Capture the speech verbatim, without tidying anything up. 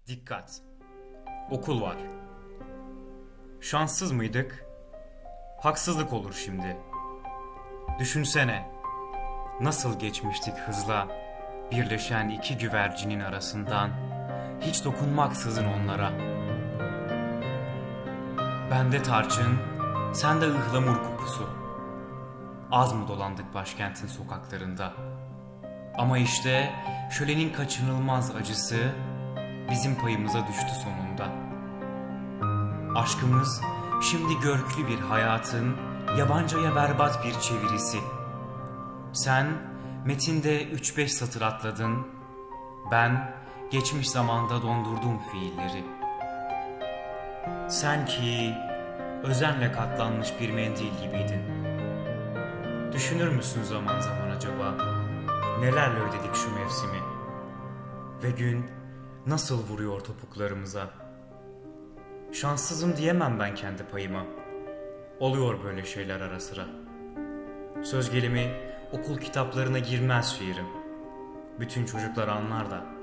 Dikkat! Okul var. Şanssız mıydık? Haksızlık olur şimdi. Düşünsene, nasıl geçmiştik hızla, birleşen iki güvercinin arasından, hiç dokunmaksızın onlara. Bende tarçın, sende ıhlamur kokusu. Az mı dolandık başkentin sokaklarında? Ama işte şölenin kaçınılmaz acısı bizim payımıza düştü sonunda. Aşkımız şimdi görklü bir hayatın yabancaya berbat bir çevirisi. Sen metinde üç beş satır atladın, ben geçmiş zamanda dondurdum fiilleri. Sen ki özenle katlanmış bir mendil gibiydin. Düşünür müsün zaman zaman acaba nelerle ödedik şu mevsimi? Ve gün nasıl vuruyor topuklarımıza? Şanssızım diyemem ben kendi payıma. Oluyor böyle şeyler ara sıra. Söz gelimi okul kitaplarına girmez şiirim. Bütün çocuklar anlar da